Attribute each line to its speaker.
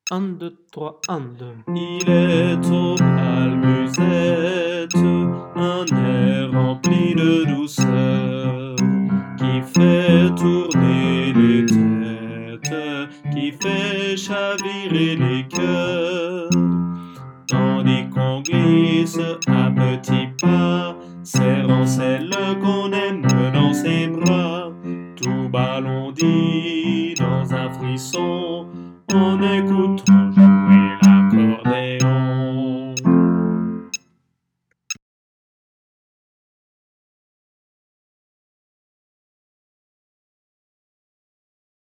Speaker 1: Un, deux, trois, un, deux.
Speaker 2: Il est aux pâles musettes, un air rempli de douceur, qui fait tourner les têtes, qui fait chavirer les cœurs. Tandis qu'on glisse à petits pas